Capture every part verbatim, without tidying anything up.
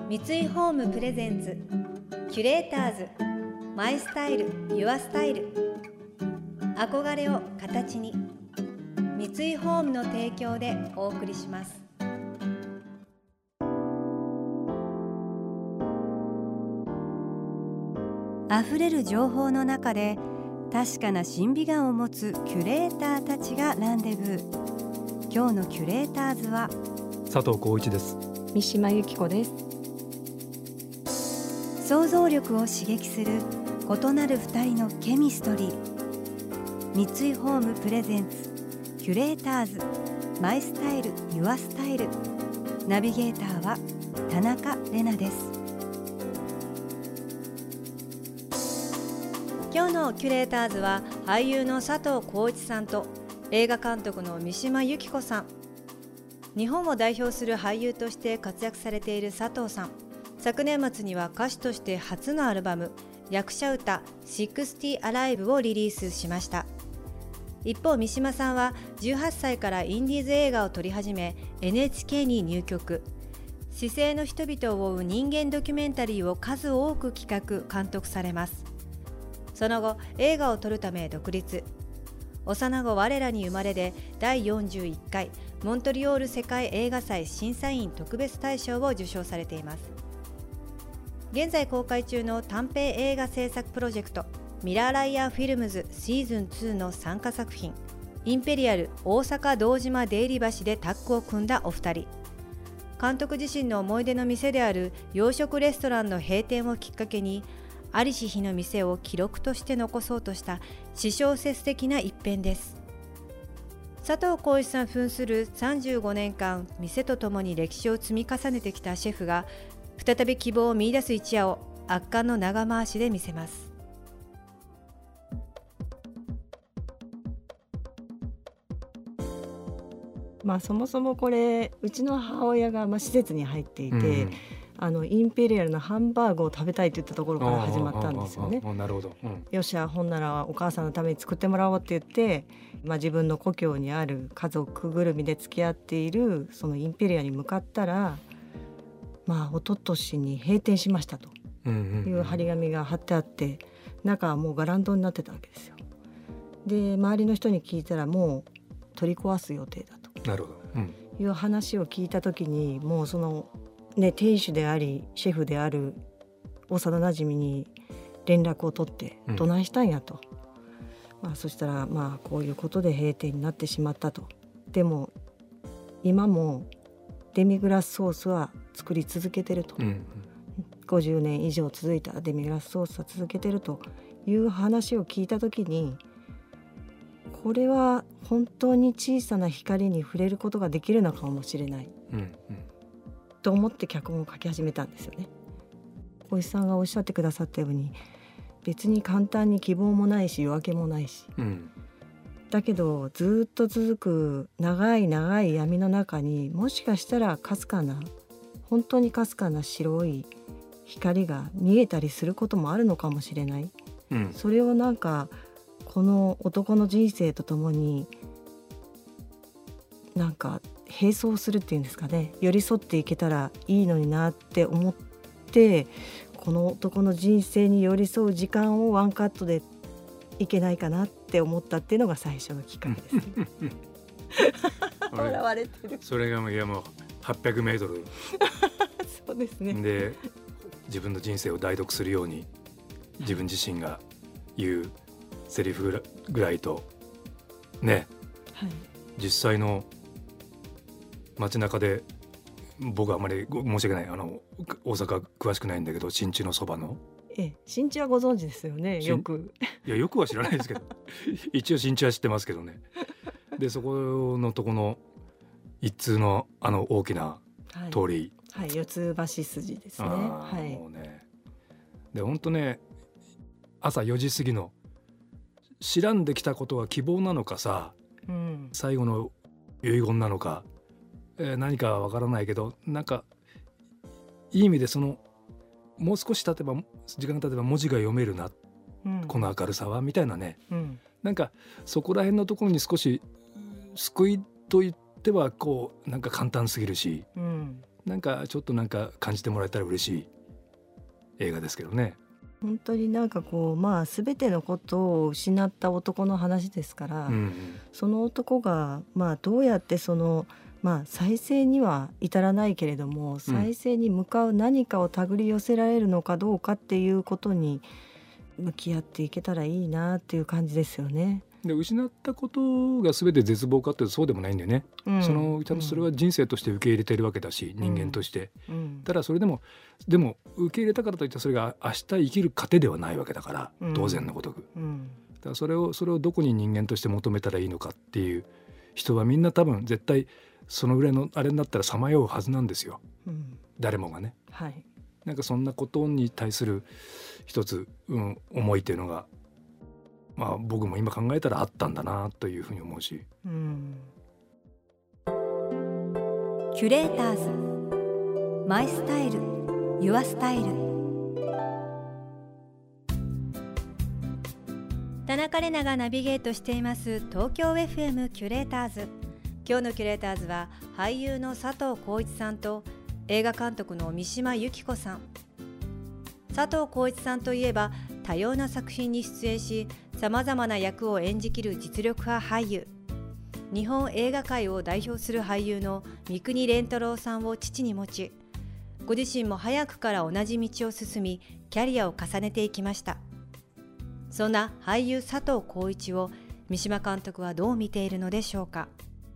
三井ホームプレゼンツキュレーターズマイスタイルユアスタイル、憧れを形に、三井ホームの提供でお送りします。あふれる情報の中で確かな審美眼を持つキュレーターたちがランデブー。今日のキュレーターズは佐藤浩一です。 三島由紀子です。 想像力を刺激する異なる二人のケミストリー。三井ホームプレゼンツキュレーターズマイスタイルユアスタイル、ナビゲーターは田中れなです。今日のキュレーターズは俳優の佐藤浩市さんと映画監督の三島由紀子さん。日本を代表する俳優として活躍されている佐藤さん、昨年末には歌手として初のアルバム役者歌シックスティーアライブをリリースしました。一方三島さんはじゅうはっさいからインディーズ映画を撮り始め エヌエイチケー に入局、市井の人々を追う人間ドキュメンタリーを数多く企画監督されます。その後映画を撮るため独立、幼子我らに生まれでだいよんじゅういっかいモントリオール世界映画祭審査員特別大賞を受賞されています。現在公開中の短編映画制作プロジェクトミラーライアーフィルムズシーズンツーの参加作品インペリアル大阪堂島出入り橋でタッグを組んだお二人。監督自身の思い出の店である洋食レストランの閉店をきっかけに在りし日の店を記録として残そうとした私小説的な一編です。佐藤浩市さん扮するさんじゅうごねんかん店とともに歴史を積み重ねてきたシェフが再び希望を見出す一夜を圧巻の長回しで見せます。 まあ、そもそもこれうちの母親がまあ施設に入っていて、うん、あのインペリアルのハンバーグを食べたいといったところから始まったんですよね。 なるほど、うん、 よっしゃほんならお母さんのために作ってもらおうって言って、まあ、自分の故郷にある家族ぐるみで付き合っているそのインペリアに向かったら、まあ一昨年に閉店しましたという張り紙が貼ってあって、中はもうガランドになってたわけですよ。で周りの人に聞いたらもう取り壊す予定だとなるほど、うん、 いう話を聞いた時に、もうそのね、店主でありシェフである幼なじみに連絡を取ってどないしたんやと、うん、まあ、そしたらまあこういうことで閉店になってしまったと。でも今もデミグラスソースは作り続けてると、うんうん、ごじゅうねん以上続いたデミグラスソースは続けてるという話を聞いた時に、これは本当に小さな光に触れることができるのかもしれない、うんうん、と思って脚本を書き始めたんですよね。小石さんがおっしゃってくださったように、別に簡単に希望もないし夜明けもないし、うん、だけどずっと続く長い長い闇の中にもしかしたらかすかな本当にかすかな白い光が見えたりすることもあるのかもしれない、うん、それをなんかこの男の人生とともになんか並走するっていうんですかね、寄り添っていけたらいいのになって思って、この男の人生に寄り添う時間をワンカットでいけないかなって思ったっていうのが最初のきっかけですね笑われてる。 それがもういやもうはっぴゃくメートルそうですね。 で自分の人生を代読するように自分自身が言うセリフぐらいとね、はい、実際の街中で僕はあまり申し訳ない、あの大阪詳しくないんだけど新地のそばの、 ええ、新地はご存知ですよね。よくいやよくは知らないですけど一応新地は知ってますけどね。でそこのとこの一通のあの大きな通り、 はい、はい、四つ橋筋ですね。はい、もうねで本当ね、朝よじ過ぎの知らんできたことは希望なのかさ、うん、最後の遺言なのか、えー、何かわからないけど、なんかいい意味でそのもう少し経てば時間が経てば文字が読めるな、うん、この明るさはみたいなね、うん、なんかそこら辺のところに少し救いと言ってはこうなんか簡単すぎるし、うん、 なんかちょっとなんか感じてもらえたら嬉しい映画ですけどね。 本当になんかこうまあ全てのことを失った男の話ですから、うんうん、その男がまあどうやってそのまあ再生には至らないけれども再生に向かう何かを手繰り寄せられるのかどうかっていうことに向き合っていけたらいいなっていう感じですよね。 で失ったことが全て絶望かっていうとそうでもないんだよね、うん、そのちゃんとそれは人生として受け入れてるわけだし、うん、人間として、うん、ただそれでもでも受け入れたからといってそれが明日生きる糧ではないわけだから、うん、当然のごとく、うん、だからそれをそれをどこに人間として求めたらいいのかっていう人はみんな多分絶対そのぐらいのあれになったらさまようはずなんですよ、うん、誰もがね、はい、なんかそんなことに対する一つ、うん、思いっていうのがまあ、僕も今考えたらあったんだなというふうに思うし、うん、 キュレーターズマイスタイルユアスタイル。田中れながナビゲートしています東京 エフエム キュレーターズ。今日のキュレーターズは俳優の佐藤浩市さんと映画監督の三島由紀子さん。佐藤浩市さんといえば多様な作品に出演しさまざまな役を演じきる実力派俳優。日本映画界を代表する俳優の三國連太郎さんを父に持ち、ご自身も早くから同じ道を進みキャリアを重ねていきました。そんな俳優佐藤浩市を三島監督はどう見ているのでしょうか。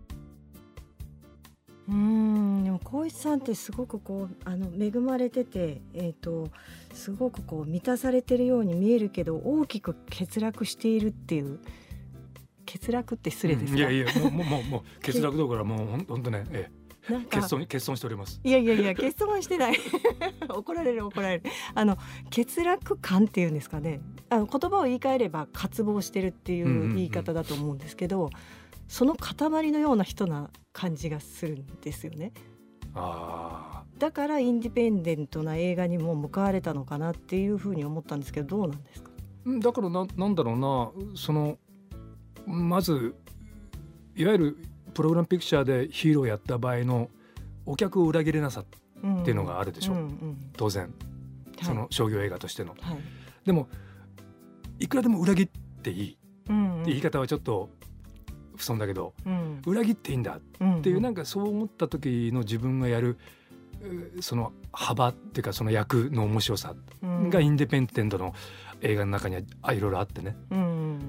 うーんでも浩市さんってすごくこうあの恵まれてて、えーと、すごくこう満たされてるように見えるけど大きく欠落しているっていう。欠落って失礼ですか、うん、 いやいやもうもうもう欠落どころかもう本当ね、ええ、なんか欠損欠損しております。 いやいやいや欠損はしてない怒られる怒られるあの欠落感っていうんですかね、あの言葉を言い換えれば渇望してるっていう言い方だと思うんですけど、うんうんうん、その塊のような人な感じがするんですよね。あだからインディペンデントな映画にも向かわれたのかなっていうふうに思ったんですけど、どうなんですか。 だから な, なんだろうなそのまずいわゆるプログラムピクチャーでヒーローやった場合のお客を裏切れなさっていうのがあるでしょう、うんうん、当然、はい、その商業映画としての、はい、でもいくらでも裏切っていい、うんうん、って言い方はちょっと不遜だけど、うん、裏切っていいんだっていう、うんうん、なんかそう思った時の自分がやるその幅っていうかその役の面白さがインディペンデントの映画の中にはいろいろあってね、うん、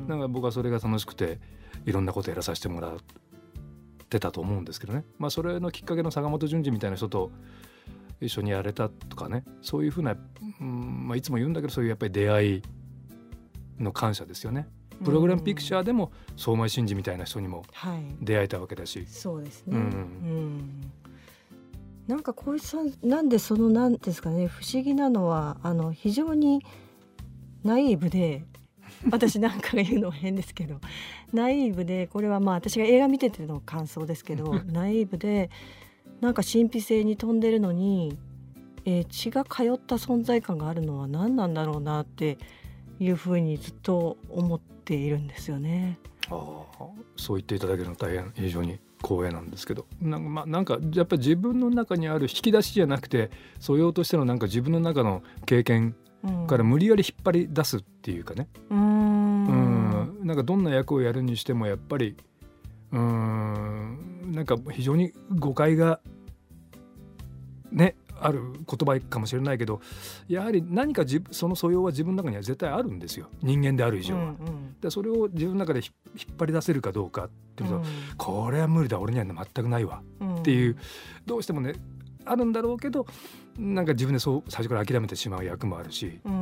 なんか僕はそれが楽しくていろんなことやらさせてもらってたと思うんですけどね、まあ、それのきっかけの坂本淳二みたいな人と一緒にやれたとかね、そういうふうな、うんまあ、いつも言うんだけどそういうやっぱり出会いの感謝ですよね。プログラムピクチャーでも相馬真司みたいな人にも出会えたわけだし、はい、 そうですね、うんうんなんか浩市さんなんでそのなんですかね、不思議なのはあの非常にナイーブで私なんかが言うのは変ですけどナイーブで、これはまあ私が映画見てての感想ですけどナイーブでなんか神秘性に富んでるのに、えー、血が通った存在感があるのは何なんだろうなっていうふうにずっと思っているんですよね。 ああ、そう言っていただけるの大変非常に光栄なんですけど、なんか、まあ、なんかやっぱり自分の中にある引き出しじゃなくて素養としてのなんか自分の中の経験から無理やり引っ張り出すっていうかね、うーん、うんなんかどんな役をやるにしてもやっぱりうーんなんか非常に誤解がねある言葉かもしれないけど、やはり何か自その素養は自分の中には絶対あるんですよ、人間である以上は、うんうん、でそれを自分の中で引っ張り出せるかどうかっていうと、うん、これは無理だ俺には全くないわ、うん、っていうどうしてもねあるんだろうけど、なんか自分でそう最初から諦めてしまう役もあるし、うん、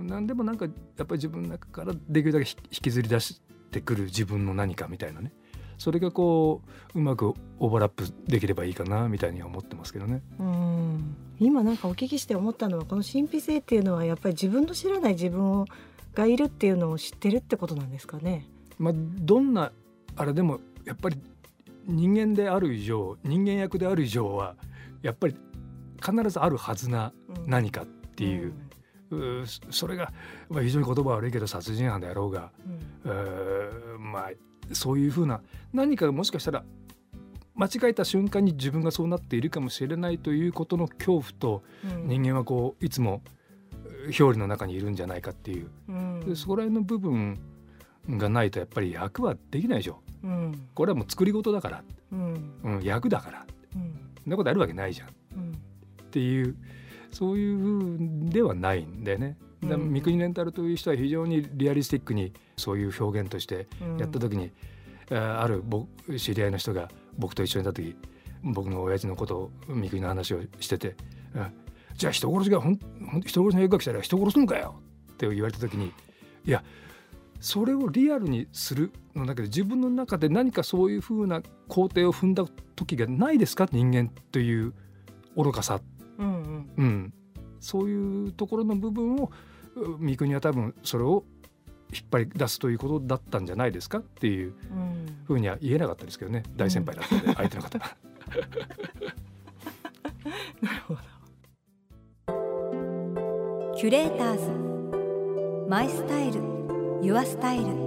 何でもなんかやっぱり自分の中からできるだけ引きずり出してくる自分の何かみたいなね、それがこううまくオーバーラップできればいいかなみたいには思ってますけどね。 うん今なんかお聞きして思ったのは、この神秘性っていうのはやっぱり自分の知らない自分がいるっていうのを知ってるってことなんですかね。 まあ、どんなあれでもやっぱり人間である以上人間役である以上はやっぱり必ずあるはずな何かっていう、うんうん、それが、まあ、非常に言葉悪いけど殺人犯であろうが、うん、うまあそういうふうな何かがもしかしたら間違えた瞬間に自分がそうなっているかもしれないということの恐怖と、うん、人間はこういつも表裏の中にいるんじゃないかっていう、うん、でそこら辺の部分がないとやっぱり役はできないでしょ、うん、これはもう作り事だから、うんうん、役だから、うん、そんなことあるわけないじゃん、うん、っていうそういう部分ではないんだよね。だ三國レンタルという人は非常にリアリスティックにそういう表現としてやった時に、うん、ある僕知り合いの人が僕と一緒にいた時、僕の親父のことを三國の話をしてて、うん、じゃあ人殺しがほん人殺しの映画が来たら人殺すのかよって言われた時に、いやそれをリアルにするのだけど自分の中で何かそういう風な工程を踏んだ時がないですか、人間という愚かさ、うんうんうん、そういうところの部分を三國は多分それを引っ張り出すということだったんじゃないですかっていうふうには言えなかったですけどね、大先輩だったので、うん、相手の方がなるほど。キュレーターズマイスタイルユアスタイル。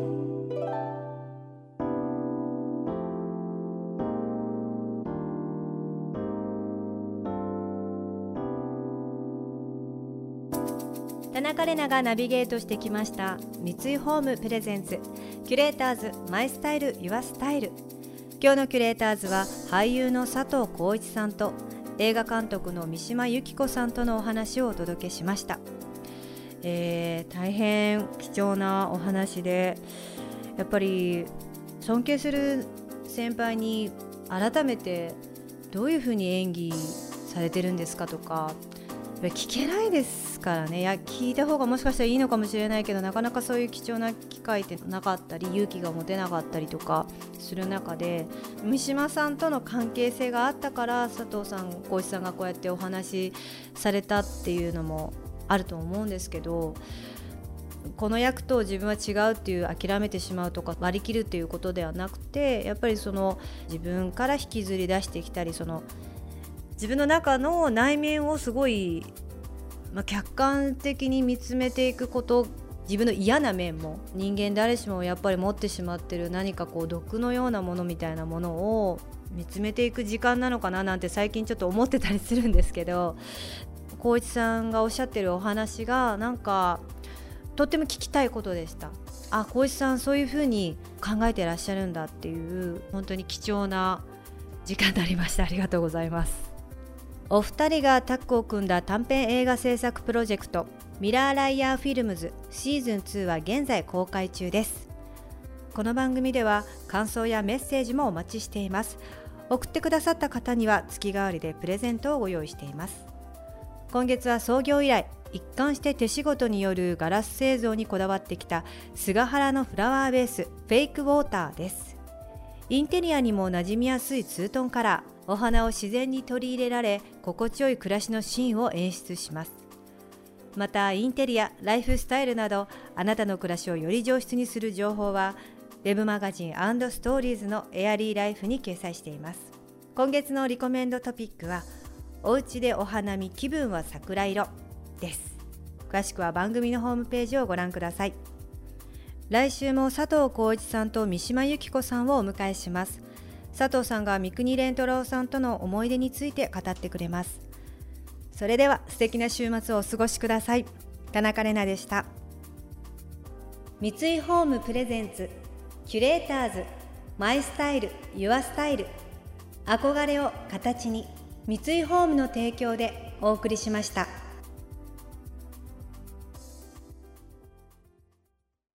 田中れながナビゲートしてきました三井ホームプレゼンツキュレーターズマイスタイルユアスタイル。今日のキュレーターズは俳優の佐藤浩市さんと映画監督の三島由紀子さんとのお話をお届けしました。えー、大変貴重なお話で、やっぱり尊敬する先輩に改めてどういうふうに演技されてるんですかとか聞けないですからね。いや聞いた方がもしかしたらいいのかもしれないけど、なかなかそういう貴重な機会ってなかったり勇気が持てなかったりとかする中で、三島さんとの関係性があったから佐藤さん浩市さんがこうやってお話しされたっていうのもあると思うんですけど、この役と自分は違うっていう諦めてしまうとか割り切るっていうことではなくて、やっぱりその自分から引きずり出してきたり、その自分の中の内面をすごい、まあ、客観的に見つめていくこと、自分の嫌な面も人間誰しもやっぱり持ってしまってる何かこう毒のようなものみたいなものを見つめていく時間なのかななんて最近ちょっと思ってたりするんですけど、浩市さんがおっしゃってるお話がなんかとっても聞きたいことでした。あ、浩市さんそういうふうに考えてらっしゃるんだっていう本当に貴重な時間になりました。ありがとうございます。お二人がタッグを組んだ短編映画制作プロジェクトミラーライヤーフィルムズシーズンツーは現在公開中です。この番組では感想やメッセージもお待ちしています。送ってくださった方には月替わりでプレゼントをご用意しています。今月は創業以来一貫して手仕事によるガラス製造にこだわってきた菅原のフラワーベースフェイクウォーターです。インテリアにも馴染みやすいツートンカラー、お花を自然に取り入れられ心地よい暮らしのシーンを演出します。またインテリア、ライフスタイルなどあなたの暮らしをより上質にする情報はウェブマガジン&ストーリーズのエアリーライフに掲載しています。今月のリコメンドトピックはおうちでお花見気分は桜色です。詳しくは番組のホームページをご覧ください。来週も佐藤浩市さんと三島由紀子さんをお迎えします。佐藤さんが三國連太郎さんとの思い出について語ってくれます。それでは素敵な週末をお過ごしください。田中れなでした。三井ホームプレゼンツキュレーターズマイスタイルユアスタイル、憧れを形に、三井ホームの提供でお送りしました。